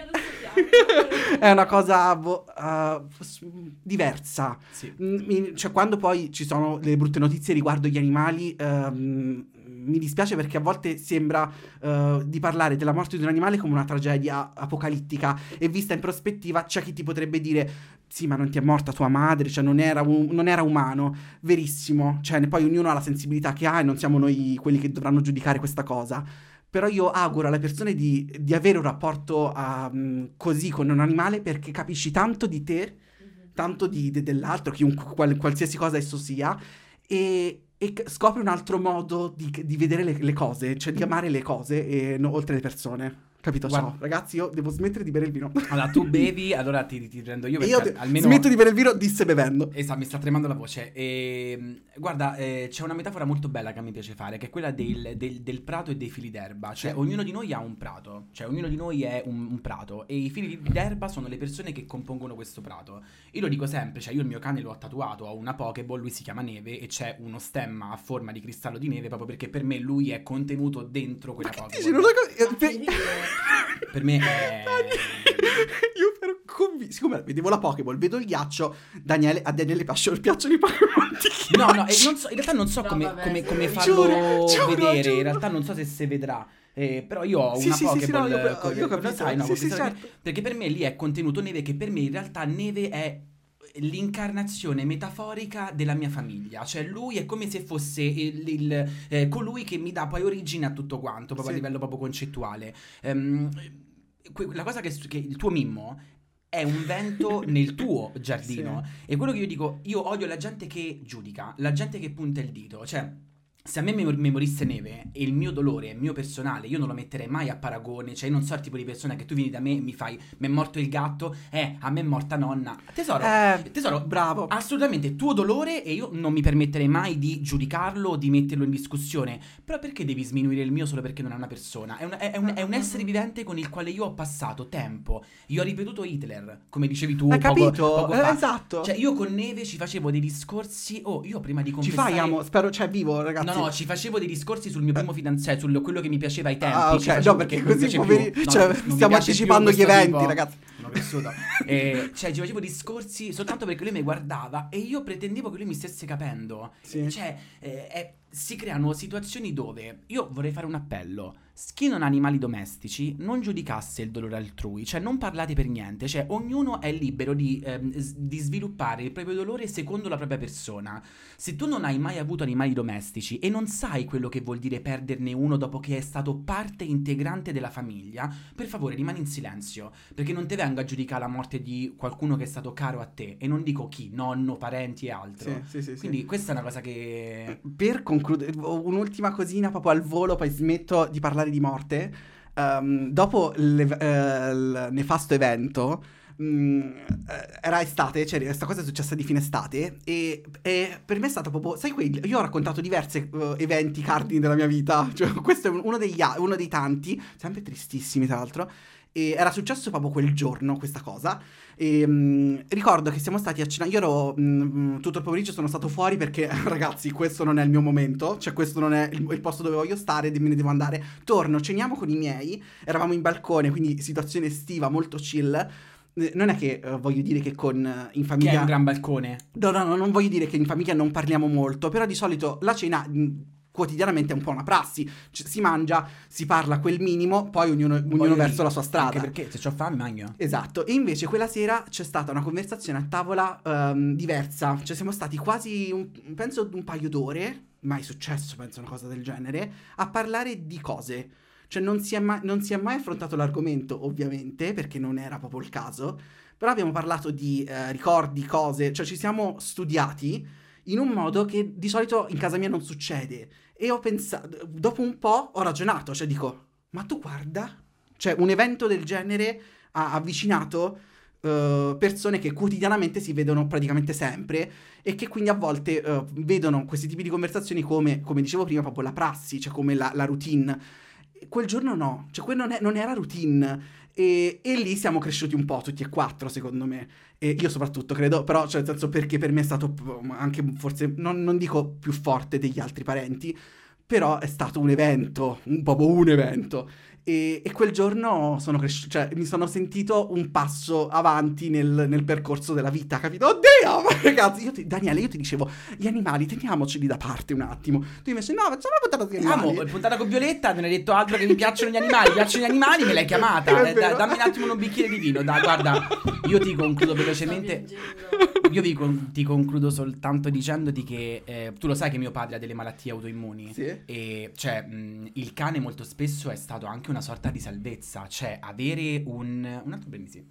Speaker 1: è una cosa boh, uh, s- diversa.
Speaker 2: Sì.
Speaker 1: Mm, mi- cioè, quando poi ci sono le brutte notizie riguardo gli animali, ehm, mi dispiace perché a volte sembra eh, di parlare della morte di un animale come una tragedia apocalittica e vista in prospettiva c'è chi ti potrebbe dire sì, ma non ti è morta tua madre, cioè non era, un- non era umano. Verissimo, cioè ne- poi ognuno ha la sensibilità che ha e non siamo noi quelli che dovranno giudicare questa cosa. Però io auguro alle persone di, di avere un rapporto ah, mh, così con un animale perché capisci tanto di te, tanto di, de- dell'altro, chiunque, qual- qualsiasi cosa esso sia, e, e c- scopri un altro modo di, di vedere le, le cose, cioè di amare le cose e no- oltre le persone. Capito?
Speaker 2: Guarda-
Speaker 1: Ciao, ragazzi, io devo smettere di bere il vino.
Speaker 2: Allora, tu bevi, allora ti, ti prendo io
Speaker 1: E
Speaker 2: perché
Speaker 1: io de-
Speaker 2: almeno...
Speaker 1: smetto di bere il vino, disse bevendo.
Speaker 2: Esatto, mi sta tremando la voce. E, guarda, eh, c'è una metafora molto bella che mi piace fare, che è quella del, del- del prato e dei fili d'erba. Cioè,
Speaker 1: Sì.
Speaker 2: ognuno di noi ha un prato, cioè ognuno di noi è un, un prato, e i fili d'erba sono le persone che compongono questo prato. Io lo dico sempre, cioè io il mio cane l'ho tatuato, ho una Pokéball, lui si chiama Neve e c'è uno stemma a forma di cristallo di neve proprio perché per me lui è contenuto dentro quella
Speaker 1: Che
Speaker 2: Pokéball.
Speaker 1: dici? Non lo co-
Speaker 3: Ma
Speaker 1: eh,
Speaker 3: che
Speaker 1: pe-
Speaker 2: Per me è...
Speaker 1: Io ero convinto, siccome vedevo la Pokéball, vedo il ghiaccio, Daniele, a Daniele piacciono, piacciono i Pokémon di
Speaker 2: No, no, e
Speaker 1: ghiaccio.
Speaker 2: non so, in realtà non so
Speaker 3: No,
Speaker 2: come,
Speaker 3: vabbè,
Speaker 2: come,
Speaker 3: sì.
Speaker 2: come farlo
Speaker 1: Giuro, giuro,
Speaker 2: vedere,
Speaker 1: giuro.
Speaker 2: in realtà non so se si vedrà. Eh, però io ho
Speaker 1: Sì,
Speaker 2: una
Speaker 1: sì, sì, sì, no,
Speaker 2: Pokéball
Speaker 1: io-
Speaker 2: con-
Speaker 1: io ho
Speaker 2: con-
Speaker 1: capito.
Speaker 2: sai, no,
Speaker 1: Sì,
Speaker 2: con
Speaker 1: sì,
Speaker 2: questa-
Speaker 1: certo.
Speaker 2: perché per me lì è contenuto Neve, che per me in realtà Neve è l'incarnazione metaforica della mia famiglia, cioè lui è come se fosse il, il, eh, colui che mi dà poi origine a tutto quanto, proprio
Speaker 1: Sì.
Speaker 2: a livello proprio concettuale. Ehm, que- la cosa che, che il tuo Mimmo è un vento nel tuo giardino. E quello che io dico, io odio la gente che giudica, la gente che punta il dito, cioè se a me mi mi morisse Neve e il mio dolore è mio personale, io non lo metterei mai a paragone, cioè io non so il tipo di persona che tu vieni da me e mi fai, mi è morto il gatto, eh, a me è morta nonna. Tesoro,
Speaker 1: Eh,
Speaker 2: tesoro,
Speaker 1: bravo.
Speaker 2: assolutamente tuo dolore e io non mi permetterei mai di giudicarlo o di metterlo in discussione, però perché devi sminuire il mio solo perché non è una persona? È un, è- è un- è un essere vivente con il quale io ho passato tempo, io ho ripetuto Hitler, come dicevi tu
Speaker 1: Hai
Speaker 2: poco,
Speaker 1: capito?
Speaker 2: poco
Speaker 1: Eh,
Speaker 2: fa.
Speaker 1: esatto.
Speaker 2: Cioè io con Neve ci facevo dei discorsi, oh io prima di
Speaker 1: Ci
Speaker 2: confessare...
Speaker 1: fai, amo, spero, cioè vivo, ragazzi.
Speaker 2: No, no, ci facevo dei discorsi sul mio primo fidanzato, su quello che mi piaceva ai tempi.
Speaker 1: Ah,
Speaker 2: ci
Speaker 1: ok,
Speaker 2: facevo
Speaker 1: no, perché
Speaker 2: non mi
Speaker 1: così,
Speaker 2: piace
Speaker 1: poveri,
Speaker 2: più. No,
Speaker 1: cioè,
Speaker 2: non mi
Speaker 1: stiamo
Speaker 2: piace
Speaker 1: anticipando
Speaker 2: più
Speaker 1: gli
Speaker 2: questo
Speaker 1: eventi,
Speaker 2: tipo.
Speaker 1: ragazzi.
Speaker 2: Sono cresciuto. E, cioè, ci facevo discorsi soltanto perché lui mi guardava e io pretendevo che lui mi stesse capendo.
Speaker 1: Sì.
Speaker 2: Cioè, eh, eh, si creano situazioni dove io vorrei fare un appello. Chi non ha animali domestici non giudicasse il dolore altrui, cioè non parlate per niente, cioè ognuno è libero di, ehm, s- di sviluppare il proprio dolore secondo la propria persona. Se tu non hai mai avuto animali domestici e non sai quello che vuol dire perderne uno dopo che è stato parte integrante della famiglia, per favore rimani in silenzio, perché non ti venga a giudicare la morte di qualcuno che è stato caro a te, e non dico chi, nonno, parenti e altro.
Speaker 1: Sì, sì, sì, sì.
Speaker 2: Quindi questa è una cosa che...
Speaker 1: Per concludere, un'ultima cosina proprio al volo, poi smetto di parlare di morte. Ehm, dopo l'ev- eh, il nefasto evento, mh, eh, era estate, cioè questa cosa è successa di fine estate e, e per me è stato proprio, sai, quei, io ho raccontato diversi eh, eventi cardini della mia vita, cioè questo è un- uno degli a- uno dei tanti, sempre tristissimi tra l'altro. E era successo proprio quel giorno questa cosa. E mh, ricordo che siamo stati a cena. Io ero mh, tutto il pomeriggio sono stato fuori perché ragazzi questo non è il mio momento, cioè questo non è il, il posto dove voglio stare, me ne devo andare. Torno, ceniamo con i miei, eravamo in balcone, quindi situazione estiva molto chill. Non è che uh, voglio dire che con uh, in famiglia
Speaker 2: Che è un gran balcone.
Speaker 1: No, no, no, non voglio dire che in famiglia non parliamo molto, però di solito la cena mh, quotidianamente è un po' una prassi. C- si mangia, si parla quel minimo, poi ognuno, ognuno
Speaker 2: Poi,
Speaker 1: verso la sua strada.
Speaker 2: Anche perché se c'ho fame mangio.
Speaker 1: Esatto, e invece quella sera c'è stata una conversazione a tavola um, diversa, cioè siamo stati quasi, un, penso un paio d'ore, mai successo penso una cosa del genere, a parlare di cose. Cioè non si, è mai, non si è mai affrontato l'argomento, ovviamente, perché non era proprio il caso, però abbiamo parlato di eh, ricordi, cose, cioè ci siamo studiati in un modo che di solito in casa mia non succede. E ho pensato, dopo un po' ho ragionato, cioè dico, ma tu guarda, cioè un evento del genere ha avvicinato uh, persone che quotidianamente si vedono praticamente sempre e che quindi a volte uh, vedono questi tipi di conversazioni come, come dicevo prima, proprio la prassi, cioè come la, la routine. Quel giorno no, cioè quel non, è, non era routine e, e lì siamo cresciuti un po' tutti e quattro secondo me, e io soprattutto credo, però cioè nel senso perché per me è stato anche forse, non, non dico più forte degli altri parenti, però è stato un evento, un proprio un evento. E, e quel giorno sono cresciuto, cioè mi sono sentito un passo avanti nel, nel percorso della vita, capito? Oddio, ma ragazzi, io ti, Daniele, io ti dicevo, gli animali teniamoceli da parte un attimo. Tu invece no, facciamo una puntata sugli animali.
Speaker 2: Amo, puntata con Violetta, non hai detto altro che mi piacciono gli animali, mi piacciono gli animali, me l'hai chiamata. Eh, da, dammi un attimo un bicchiere di vino, dai, guarda, io ti concludo velocemente. Io vi con- ti concludo soltanto dicendoti che eh, tu lo sai che mio padre ha delle malattie autoimmuni.
Speaker 1: Sì.
Speaker 2: E cioè mh, il cane molto spesso è stato anche una sorta di salvezza. Cioè avere un un altro brindisi.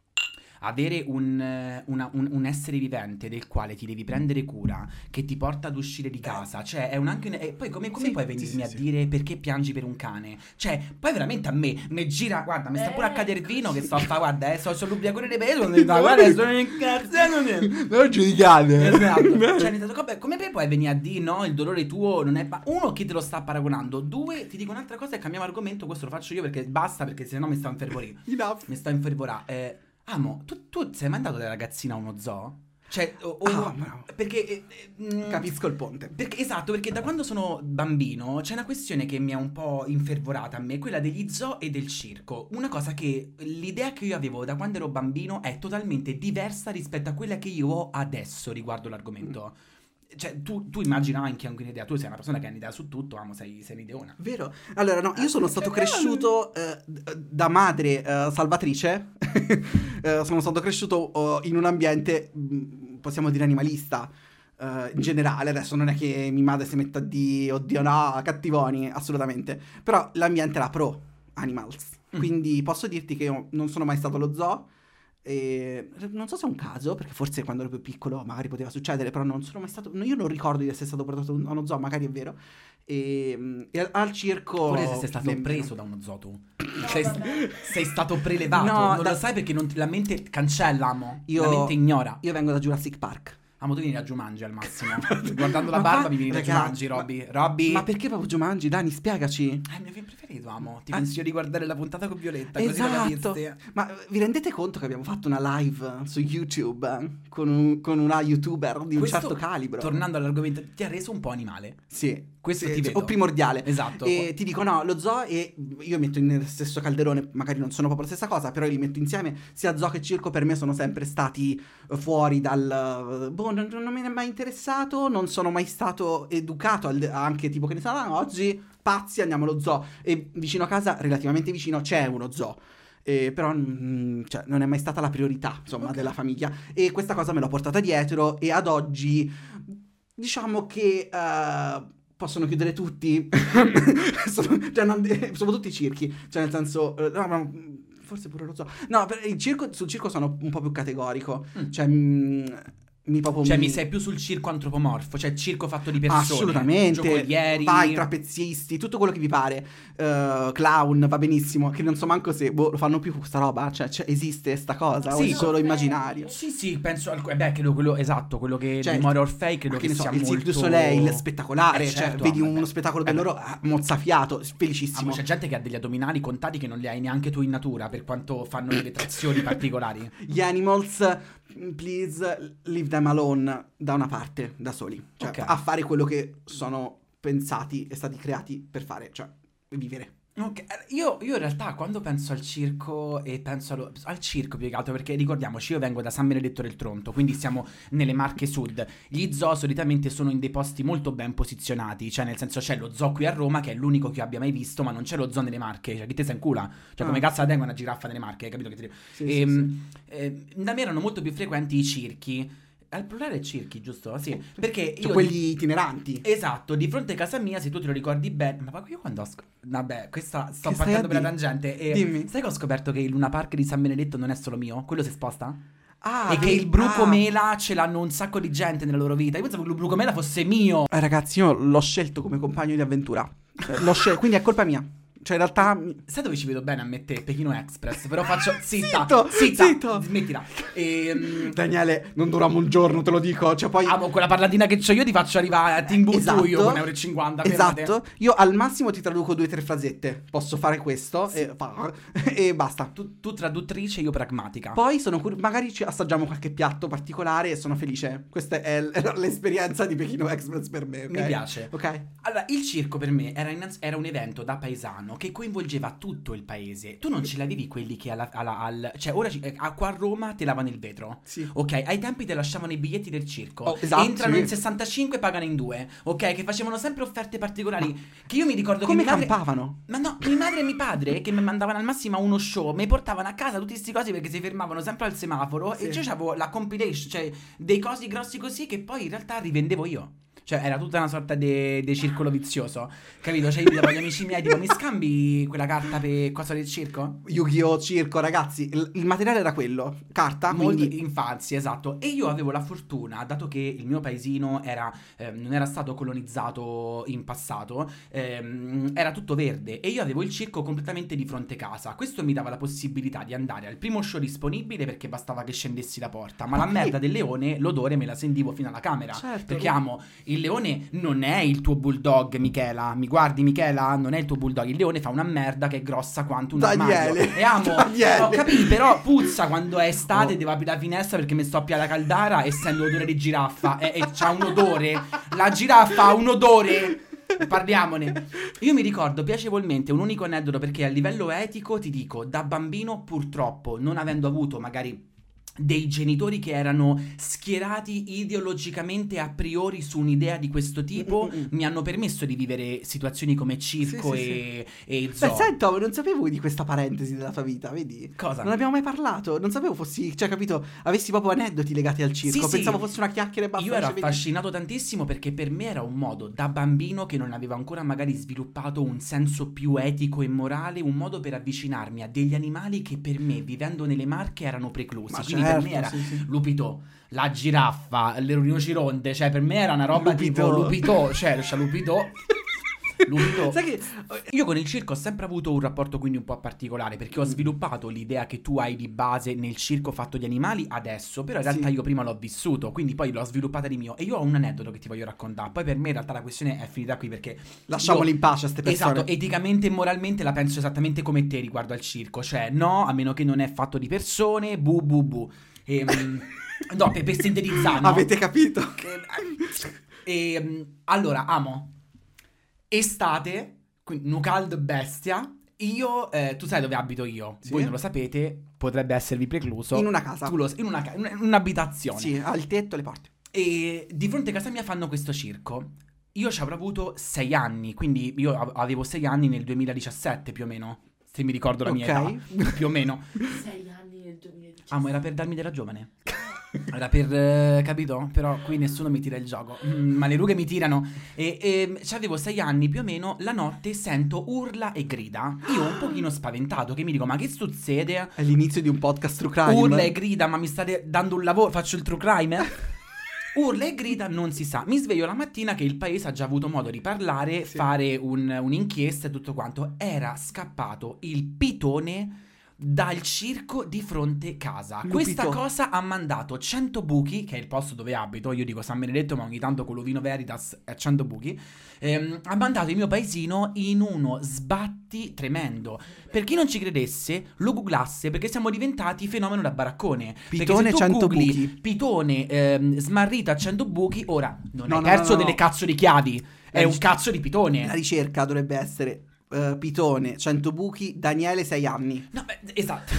Speaker 2: Avere un, eh, una- un- un essere vivente del quale ti devi prendere cura, che ti porta ad uscire di casa, cioè è un anche un- e poi come, come
Speaker 1: Sì,
Speaker 2: puoi
Speaker 1: sì,
Speaker 2: venirmi
Speaker 1: sì,
Speaker 2: a
Speaker 1: sì.
Speaker 2: dire perché piangi per un cane? Cioè poi veramente a me mi gira, guarda, mi sta pure a cadere il vino che sto a fa, guarda, eh, so, sono l'ubriacone dei peso, guarda, sono incazzato.
Speaker 1: Non giudicate.
Speaker 2: Esatto. Cioè, nel senso, come, come puoi venire a dire no, il dolore tuo non è. ma- Uno, chi te lo sta paragonando? Due, ti dico un'altra cosa e cambiamo argomento. Questo lo faccio io perché basta, perché sennò mi sto a infervorire.
Speaker 1: Enough.
Speaker 2: Mi sto a infervorare. Eh, amo, tu, tu sei mai andato da ragazzina a uno zoo? Cioè, o, o-
Speaker 1: Ah, bravo.
Speaker 2: perché. eh, eh, mm,
Speaker 1: Capisco il ponte.
Speaker 2: perché, esatto, perché da quando sono bambino c'è una questione che mi ha un po' infervorata a me, quella degli zoo e del circo. Una cosa che l'idea che io avevo da quando ero bambino è totalmente diversa rispetto a quella che io ho adesso riguardo l'argomento. Cioè, tu, tu immagina anche anche un'idea, tu sei una persona che ha un'idea su tutto, amo, sei, sei un'ideona.
Speaker 1: Vero? Allora, no, io sono stato cresciuto eh, d- da madre eh, salvatrice. Eh, sono stato cresciuto eh, in un ambiente, mh, possiamo dire, animalista. eh, in generale, adesso non è che mia madre si metta a dire, oddio no, cattivoni, assolutamente. Però l'ambiente era pro animals.
Speaker 2: Mm.
Speaker 1: Quindi posso dirti che io non sono mai stato allo zoo. E non so se è un caso, perché forse quando ero più piccolo magari poteva succedere, però non sono mai stato. no, Io non ricordo di essere stato portato a uno zoo, magari è vero. E, e al- al circo.
Speaker 2: Forse sei stato
Speaker 1: nemmeno.
Speaker 2: preso da uno zoo tu.
Speaker 3: No,
Speaker 2: sei,
Speaker 3: vabbè.
Speaker 2: sei stato prelevato.
Speaker 1: No,
Speaker 2: non
Speaker 1: da-
Speaker 2: lo sai perché non ti- la mente cancella, amo.
Speaker 1: Io-
Speaker 2: La mente ignora.
Speaker 1: Io vengo da Jurassic Park.
Speaker 2: Amo, tu vieni da Jumanji al massimo. Guardando la
Speaker 1: Ma
Speaker 2: barba
Speaker 1: qua-
Speaker 2: mi vieni da
Speaker 1: ragazzi,
Speaker 2: Jumanji,
Speaker 1: ma-
Speaker 2: Robby. Robby.
Speaker 1: Ma perché proprio Jumanji? Dani, spiegaci.
Speaker 2: È il mio film preferito, amo. Ti
Speaker 1: Ah.
Speaker 2: consiglio di guardare la puntata con Violetta, così la
Speaker 1: Esatto.
Speaker 2: capiste.
Speaker 1: Ma eh, vi rendete conto che abbiamo fatto una live su YouTube eh, con, un- con una YouTuber di un
Speaker 2: Questo,
Speaker 1: certo calibro?
Speaker 2: Tornando all'argomento, ti ha reso un po' animale.
Speaker 1: Sì.
Speaker 2: Questo
Speaker 1: sì,
Speaker 2: ti vedo.
Speaker 1: O primordiale.
Speaker 2: Esatto.
Speaker 1: E ti dico no, lo zoo e io metto nello stesso calderone, magari non sono proprio la stessa cosa, però li metto insieme. Sia zoo che circo per me sono sempre stati eh, fuori dal... Boh, non, non me ne è mai interessato, non sono mai stato educato al- anche tipo che ne so, "Ah, oggi pazzi andiamo allo zoo". E vicino a casa, relativamente vicino, c'è uno zoo. Eh, però mm, cioè, non è mai stata la priorità, insomma,
Speaker 2: Ok.
Speaker 1: della famiglia. E questa cosa me l'ho portata dietro e ad oggi diciamo che... eh, possono chiudere tutti. sono, cioè, non- sono tutti circhi. Cioè, nel senso. eh, no, ma, forse pure lo so. No, per il circo, sul circo sono un po' più categorico.
Speaker 2: Mm.
Speaker 1: Cioè, mh, mi proprio
Speaker 2: Cioè
Speaker 1: mi...
Speaker 2: mi sei più sul circo antropomorfo, cioè circo fatto di persone,
Speaker 1: Assolutamente,
Speaker 2: giocolieri.
Speaker 1: vai, trapezzisti, tutto quello che vi pare, uh, clown, va benissimo, che non so manco se boh, lo fanno più sta roba, cioè, cioè esiste sta cosa,
Speaker 2: Sì,
Speaker 1: o è solo immaginario?
Speaker 2: Sì, sì, penso al... beh, credo quello esatto, quello che
Speaker 1: Cioè,
Speaker 2: di More Orfei credo
Speaker 1: ma che
Speaker 2: che
Speaker 1: ne so,
Speaker 2: sia
Speaker 1: il
Speaker 2: molto...
Speaker 1: Cirque du Soleil spettacolare,
Speaker 2: Eh,
Speaker 1: cioè
Speaker 2: certo,
Speaker 1: vedi
Speaker 2: ah,
Speaker 1: uno
Speaker 2: vabbè.
Speaker 1: spettacolo del
Speaker 2: Eh,
Speaker 1: loro ah, mozzafiato, felicissimo.
Speaker 2: Ah, c'è gente che ha degli addominali contati che non li hai neanche tu in natura per quanto fanno delle trazioni particolari.
Speaker 1: Gli animals, please leave them alone da una parte, da soli, cioè
Speaker 2: Ok.
Speaker 1: a fare quello che sono pensati e stati creati per fare, cioè vivere.
Speaker 2: Ok, io, io in realtà quando penso al circo e penso allo- al circo più che altro, perché ricordiamoci, io vengo da San Benedetto del Tronto, quindi siamo nelle Marche Sud. Gli zoo solitamente sono in dei posti molto ben posizionati, cioè nel senso c'è lo zoo qui a Roma che è l'unico che io abbia mai visto, ma non c'è lo zoo nelle Marche, cioè chi te sei in cula? Cioè come
Speaker 1: Ah.
Speaker 2: cazzo la tengo una giraffa nelle Marche, hai capito che ti...
Speaker 1: Sì, sì,
Speaker 2: Ehm, eh, da me erano molto più frequenti i circhi. Al plurale è circhi, giusto? Sì, perché
Speaker 1: Cioè
Speaker 2: io...
Speaker 1: quelli itineranti.
Speaker 2: Esatto, di fronte a casa mia, se tu te lo ricordi bene. Ma io quando ho sc- Vabbè, questa sto
Speaker 1: Che stai
Speaker 2: partendo
Speaker 1: a
Speaker 2: per la
Speaker 1: dire?
Speaker 2: tangente. E
Speaker 1: Dimmi.
Speaker 2: sai che ho scoperto che il Luna Park di San Benedetto non è solo mio? Quello si sposta?
Speaker 1: Ah,
Speaker 2: e che
Speaker 1: vedi-
Speaker 2: il Bruco
Speaker 1: ah.
Speaker 2: Mela ce l'hanno un sacco di gente nella loro vita. Io pensavo che il Bruco Mela fosse mio.
Speaker 1: Eh, ragazzi, io l'ho scelto come compagno di avventura. Cioè, l'ho scel- quindi è colpa mia. Cioè, in realtà. mi-
Speaker 2: Sai dove ci vedo bene a me te? Pechino Express. Però faccio. Zitta,
Speaker 1: Zitto,
Speaker 2: zitta,
Speaker 1: zitto.
Speaker 2: smettila. Ehm.
Speaker 1: Daniele, non duriamo un giorno, te lo dico. Cioè, poi.
Speaker 2: Ah, con quella parlantina che c'ho io ti faccio arrivare a Timbuktu
Speaker 1: Esatto.
Speaker 2: io con euro e cinquanta. fermate.
Speaker 1: Esatto. Io al massimo ti traduco due o tre frasette. Posso fare questo e, fa- e basta.
Speaker 2: Tu, tu traduttrice, io pragmatica.
Speaker 1: Poi sono cur- magari ci assaggiamo qualche piatto particolare e sono felice. Questa è l- l'esperienza di Pechino Express per me, ok?
Speaker 2: Mi piace.
Speaker 1: Ok.
Speaker 2: Allora, il circo per me era, innanz- era un evento da paesano che coinvolgeva tutto il paese. Tu non ce l'avevi quelli che alla, alla- al... Cioè, ora ci- eh, a- qua a Roma te lavano il vetro.
Speaker 1: Sì.
Speaker 2: Ok, ai tempi te lasciavano i biglietti del circo.
Speaker 1: Oh, esatto,
Speaker 2: Entrano
Speaker 1: sì.
Speaker 2: in sessantacinque, pagano in due. Ok, che facevano sempre offerte particolari. Che io mi ricordo
Speaker 1: Come
Speaker 2: che mia madre...
Speaker 1: campavano?
Speaker 2: Ma no, mia madre e mio padre che mi mandavano al massimo a uno show, mi portavano a casa tutti questi cosi perché si fermavano sempre al semaforo.
Speaker 1: Sì.
Speaker 2: E io avevo la compilation, cioè dei cosi grossi così che poi in realtà rivendevo io. Cioè era tutta una sorta di circolo vizioso, capito? Cioè io dicevo agli amici miei tipo mi scambi quella carta per cosa del circo?
Speaker 1: Yu-Gi-Oh! Circo, ragazzi. Il, il materiale era quello. Carta,
Speaker 2: Molto
Speaker 1: quindi.
Speaker 2: infanzia, esatto. E io avevo la fortuna, dato che il mio paesino era, eh, non era stato colonizzato in passato, ehm, era tutto verde e io avevo il circo completamente di fronte casa. Questo mi dava la possibilità di andare al primo show disponibile perché bastava che scendessi la porta. Ma la
Speaker 1: Ok.
Speaker 2: merda del leone, l'odore me la sentivo fino alla camera.
Speaker 1: Certo.
Speaker 2: Perché amo, il leone non è il tuo bulldog, Michela. Mi guardi, Michela? Non è il tuo bulldog. Il leone fa una merda che è grossa quanto un
Speaker 1: Daniele.
Speaker 2: armadio. E amo,
Speaker 1: Daniele.
Speaker 2: ho capito, però puzza quando è estate,
Speaker 1: Oh.
Speaker 2: devo aprire la finestra perché mi sto a piare la caldara essendo odore di giraffa. E, e c'ha un odore. La giraffa ha un odore. Parliamone. Io mi ricordo piacevolmente un unico aneddoto perché a livello etico ti dico, da bambino purtroppo, non avendo avuto magari dei genitori che erano schierati ideologicamente a priori su un'idea di questo tipo,
Speaker 1: Mm, mm, mm.
Speaker 2: mi hanno permesso di vivere situazioni come circo
Speaker 1: Sì, sì,
Speaker 2: e, e
Speaker 1: Beh,
Speaker 2: zoo.
Speaker 1: sento, non sapevo di questa parentesi della tua vita, vedi?
Speaker 2: Cosa?
Speaker 1: Non abbiamo mai parlato, non sapevo fossi, cioè, capito, avessi proprio aneddoti legati al circo.
Speaker 2: Sì, sì.
Speaker 1: Pensavo fosse una chiacchiera e basta.
Speaker 2: Io ero
Speaker 1: cioè, vedi?
Speaker 2: affascinato tantissimo perché per me era un modo da bambino che non avevo ancora magari sviluppato un senso più etico e morale, un modo per avvicinarmi a degli animali che per me, vivendo nelle Marche, erano preclusi.
Speaker 1: Ma
Speaker 2: Quindi
Speaker 1: certo,
Speaker 2: per me era
Speaker 1: sì, sì.
Speaker 2: Lupito, la giraffa, le rinoceronte, cioè per me era una roba
Speaker 1: Lupito.
Speaker 2: tipo Lupito, cioè c'è Lupito. Lupito.
Speaker 1: Sai che
Speaker 2: Io con il circo ho sempre avuto un rapporto quindi un po' particolare perché ho sviluppato l'idea che tu hai di base nel circo fatto di animali adesso, però in realtà
Speaker 1: Sì.
Speaker 2: io prima l'ho vissuto, quindi poi l'ho sviluppata di mio e io ho un aneddoto che ti voglio raccontare. Poi per me in realtà la questione è finita qui perché
Speaker 1: lasciamoli
Speaker 2: io-
Speaker 1: in pace a ste persone.
Speaker 2: Esatto, eticamente e moralmente la penso esattamente come te riguardo al circo, cioè no, a meno che non è fatto di persone, bu bu bu. Ehm, no, per, per sintetizzare, no?
Speaker 1: Avete capito?
Speaker 2: E, ehm, allora, amo estate, quindi Nucald bestia. Io, eh, tu sai dove abito io?
Speaker 1: Sì.
Speaker 2: Voi non lo sapete, potrebbe esservi precluso.
Speaker 1: In una casa.
Speaker 2: Tu lo sai, in una ca- in un'abitazione.
Speaker 1: Sì, al tetto e le porte.
Speaker 2: E di fronte a casa mia fanno questo circo. Io ci avrò avuto sei anni, quindi io av- avevo sei anni nel duemiladiciassette più o meno. Se mi ricordo la mia
Speaker 1: Ok.
Speaker 2: età, più o meno.
Speaker 3: Sei anni nel duemiladiciassette.
Speaker 2: Amo, era per darmi della giovane. Era per, eh, capito? Però qui nessuno mi tira il gioco. Mm, ma le rughe mi tirano. E, e avevo sei anni più o meno. La notte sento urla e grida. Io un pochino spaventato, che mi dico: ma che succede?
Speaker 1: È l'inizio di un podcast true crime.
Speaker 2: Urla e grida, ma mi state dando un lavoro? Faccio il true crime? urla e grida, non si sa. Mi sveglio la mattina che il paese ha già avuto modo di parlare,
Speaker 1: Sì.
Speaker 2: fare un- un'inchiesta e tutto quanto. Era scappato il pitone dal circo di fronte casa.
Speaker 1: Lupito.
Speaker 2: Questa cosa ha mandato cento buchi, che è il posto dove abito, io dico San Benedetto ma ogni tanto con l'Ovino Veritas è cento buchi, ehm, ha mandato il mio paesino in uno sbatti tremendo. Per chi non ci credesse, lo googlasse perché siamo diventati fenomeno da baraccone.
Speaker 1: Pitone
Speaker 2: perché se tu
Speaker 1: cento
Speaker 2: googli
Speaker 1: buchi.
Speaker 2: pitone ehm, smarrito a cento buchi, ora non
Speaker 1: No,
Speaker 2: è
Speaker 1: no,
Speaker 2: perso
Speaker 1: no, no,
Speaker 2: delle
Speaker 1: no.
Speaker 2: cazzo di chiavi, è
Speaker 1: La
Speaker 2: un
Speaker 1: ric-
Speaker 2: cazzo di pitone.
Speaker 1: La ricerca dovrebbe essere eh, pitone, cento buchi, Daniele sei anni.
Speaker 2: No, beh, esatto.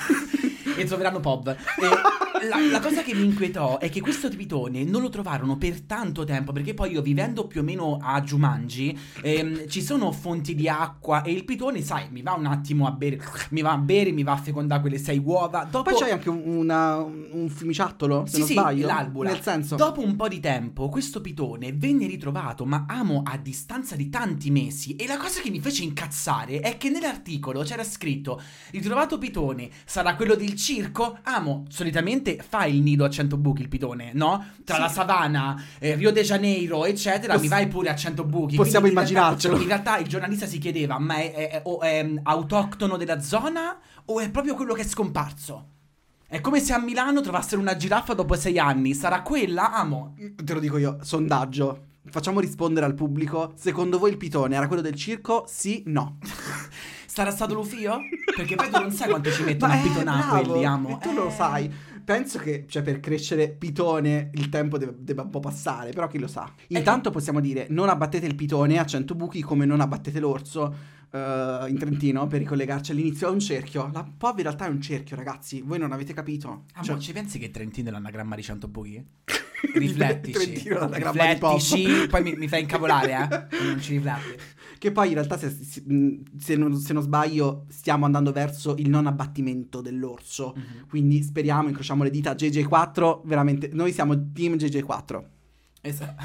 Speaker 2: E troveranno P O V. E la, la cosa che mi inquietò è che questo pitone non lo trovarono per tanto tempo, perché poi io vivendo più o meno a Jumanji ehm, ci sono fonti di acqua e il pitone, sai, mi va un attimo a bere, mi va a bere, mi va a fecondare quelle sei uova. Dopo
Speaker 1: Poi c'hai anche un, una- un fiumiciattolo, se
Speaker 2: Sì,
Speaker 1: non
Speaker 2: sì,
Speaker 1: sbaglio.
Speaker 2: l'albula.
Speaker 1: Nel senso,
Speaker 2: Dopo un po' di tempo questo pitone venne ritrovato, ma amo a distanza di tanti mesi. E la cosa che mi fece incazzare è che nell'articolo c'era scritto: ritrovato pitone sarà quello del circo? Amo, solitamente fa il nido a cento buchi il pitone, no? Tra
Speaker 1: Sì.
Speaker 2: la savana, eh, Rio de Janeiro, eccetera,
Speaker 1: Poss-
Speaker 2: mi vai pure a cento buchi.
Speaker 1: possiamo
Speaker 2: Quindi in realtà-
Speaker 1: immaginarcelo.
Speaker 2: In realtà il giornalista si chiedeva: ma è, è- è- o è autoctono della zona o è proprio quello che è scomparso? È come se a Milano trovassero una giraffa dopo sei anni. Sarà quella? Amo.
Speaker 1: te lo dico io, sondaggio. Facciamo rispondere al pubblico. Secondo voi il pitone era quello del circo? Sì, no.
Speaker 2: Sarà stato Lufio? Perché poi tu non sai quanto ci mettono
Speaker 1: Ma
Speaker 2: a
Speaker 1: è
Speaker 2: pitonare
Speaker 1: bravo,
Speaker 2: quelli, amo.
Speaker 1: e tu lo
Speaker 2: Eh.
Speaker 1: sai. Penso che, cioè, per crescere pitone il tempo deve, debba un po' passare, però chi lo sa. Intanto possiamo dire, non abbattete il pitone a cento buchi come non abbattete l'orso eh, in Trentino, per ricollegarci all'inizio. È un cerchio. La P O V in realtà è un cerchio, ragazzi. Voi non avete capito.
Speaker 2: Amo,
Speaker 1: Cioè,
Speaker 2: ci pensi che Trentino è l'anagramma di cento buchi? Riflettici.
Speaker 1: Trentino è l'anagramma di P O V.
Speaker 2: Riflettici. Poi mi, mi fai incavolare, eh? Non ci rifletti.
Speaker 1: Che poi in realtà, se, se- se non, se non sbaglio, stiamo andando verso il non abbattimento dell'orso.
Speaker 2: Mhm.
Speaker 1: Quindi speriamo, incrociamo le dita. J J quattro, veramente, noi siamo team J J quattro.
Speaker 2: Esatto.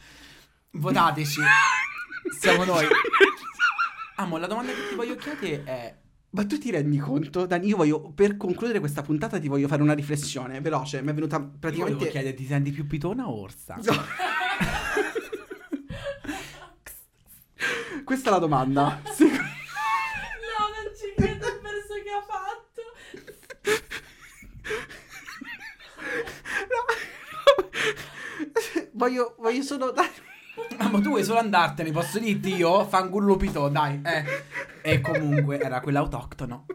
Speaker 2: Votateci. Siamo noi. Amo, la domanda che ti voglio chiedere è:
Speaker 1: Ma tu ti rendi conto, Dani? Io voglio, per concludere questa puntata, ti voglio fare una riflessione veloce. Mi è venuta
Speaker 2: io volevo
Speaker 1: praticamente...
Speaker 2: chiedere, ti senti più pitona o orsa?
Speaker 1: No. Questa è la domanda. Se-
Speaker 3: No, non ci credo al verso che ha fatto.
Speaker 1: No. voglio, voglio solo dare...
Speaker 2: Ah, ma tu vuoi solo andartene, posso dirti io? Fangullo pitò, dai, eh. E comunque era quello autoctono.